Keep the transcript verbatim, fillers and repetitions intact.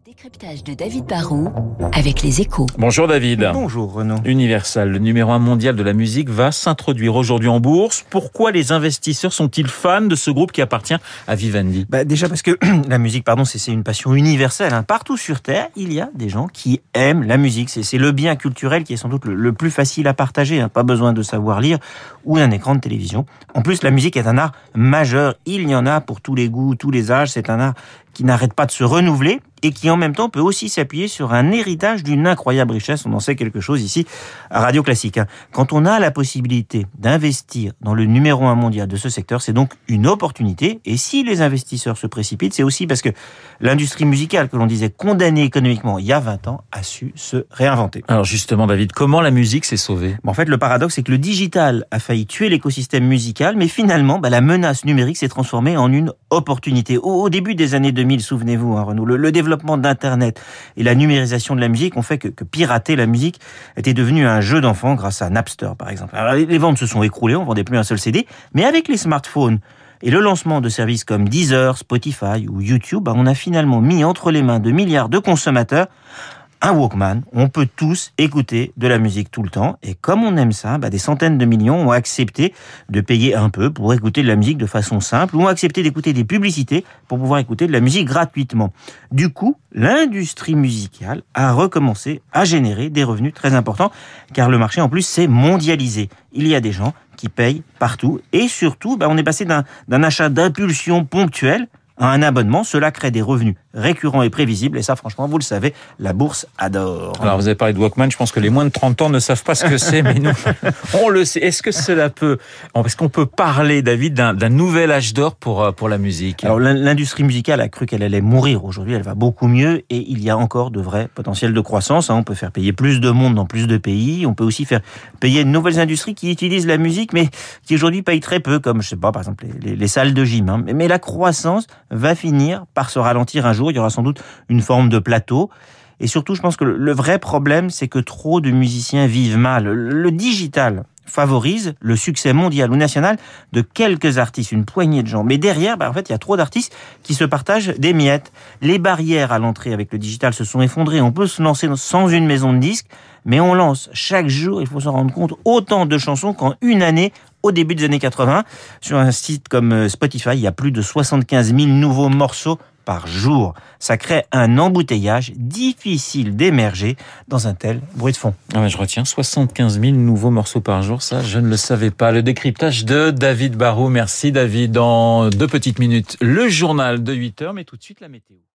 Décryptage de David Barrault avec Les Échos. Bonjour David. Bonjour Renaud. Universal, le numéro un mondial de la musique, va s'introduire aujourd'hui en bourse. Pourquoi les investisseurs sont-ils fans de ce groupe qui appartient à Vivendi ? Bah déjà parce que la musique, pardon, c'est, c'est une passion universelle. Hein. Partout sur Terre, il y a des gens qui aiment la musique. C'est, c'est le bien culturel qui est sans doute le, le plus facile à partager. Hein. Pas besoin de savoir lire ou d'un écran de télévision. En plus, la musique est un art majeur. Il y en a pour tous les goûts, tous les âges. C'est un art qui n'arrête pas de se renouveler et qui en même temps peut aussi s'appuyer sur un héritage d'une incroyable richesse. On en sait quelque chose ici à Radio Classique. Quand on a la possibilité d'investir dans le numéro un mondial de ce secteur, c'est donc une opportunité. Et si les investisseurs se précipitent, c'est aussi parce que l'industrie musicale, que l'on disait condamnée économiquement il y a vingt ans, a su se réinventer. Alors justement David, comment la musique s'est sauvée ? En fait, le paradoxe, c'est que le digital a failli tuer l'écosystème musical, mais finalement, bah, la menace numérique s'est transformée en une opportunité. Au, au début des années deux mille, souvenez-vous, hein, Renaud, le, le développement d'Internet et la numérisation de la musique ont fait que, que pirater la musique était devenu un jeu d'enfant grâce à Napster, par exemple. Alors, les ventes se sont écroulées, on vendait plus un seul C D, mais avec les smartphones et le lancement de services comme Deezer, Spotify ou YouTube, bah, on a finalement mis entre les mains de milliards de consommateurs un Walkman. On peut tous écouter de la musique tout le temps. Et comme on aime ça, bah des centaines de millions ont accepté de payer un peu pour écouter de la musique de façon simple ou ont accepté d'écouter des publicités pour pouvoir écouter de la musique gratuitement. Du coup, l'industrie musicale a recommencé à générer des revenus très importants car le marché en plus s'est mondialisé. Il y a des gens qui payent partout et surtout, bah on est passé d'un, d'un achat d'impulsion ponctuelle à un abonnement. Cela crée des revenus récurrents et prévisibles. Et ça, franchement, vous le savez, la bourse adore. Alors, vous avez parlé de Walkman. Je pense que les moins de trente ans ne savent pas ce que c'est, mais nous, on le sait. Est-ce que cela peut, est-ce qu'on peut parler, David, d'un, d'un nouvel âge d'or pour, pour la musique ? Alors, l'industrie musicale a cru qu'elle allait mourir. Aujourd'hui, elle va beaucoup mieux et il y a encore de vrais potentiels de croissance. On peut faire payer plus de monde dans plus de pays. On peut aussi faire payer de nouvelles industries qui utilisent la musique, mais qui aujourd'hui payent très peu, comme, je sais pas, par exemple, les, les, les salles de gym. Mais la croissance va finir par se ralentir un jour. Il y aura sans doute une forme de plateau. Et surtout, je pense que le vrai problème, c'est que trop de musiciens vivent mal. Le digital favorise le succès mondial ou national de quelques artistes, une poignée de gens. Mais derrière, bah, en fait, il y a trop d'artistes qui se partagent des miettes. Les barrières à l'entrée avec le digital se sont effondrées. On peut se lancer sans une maison de disques, mais on lance chaque jour, il faut s'en rendre compte, autant de chansons qu'en une année au début des années quatre-vingts. Sur un site comme Spotify, il y a plus de soixante-quinze mille nouveaux morceaux par jour. Ça crée un embouteillage difficile d'émerger dans un tel bruit de fond. Ah ouais, je retiens soixante-quinze mille nouveaux morceaux par jour, ça je ne le savais pas. Le décryptage de David Barrault. Merci David. Dans deux petites minutes, le journal de huit heures, mais tout de suite la météo.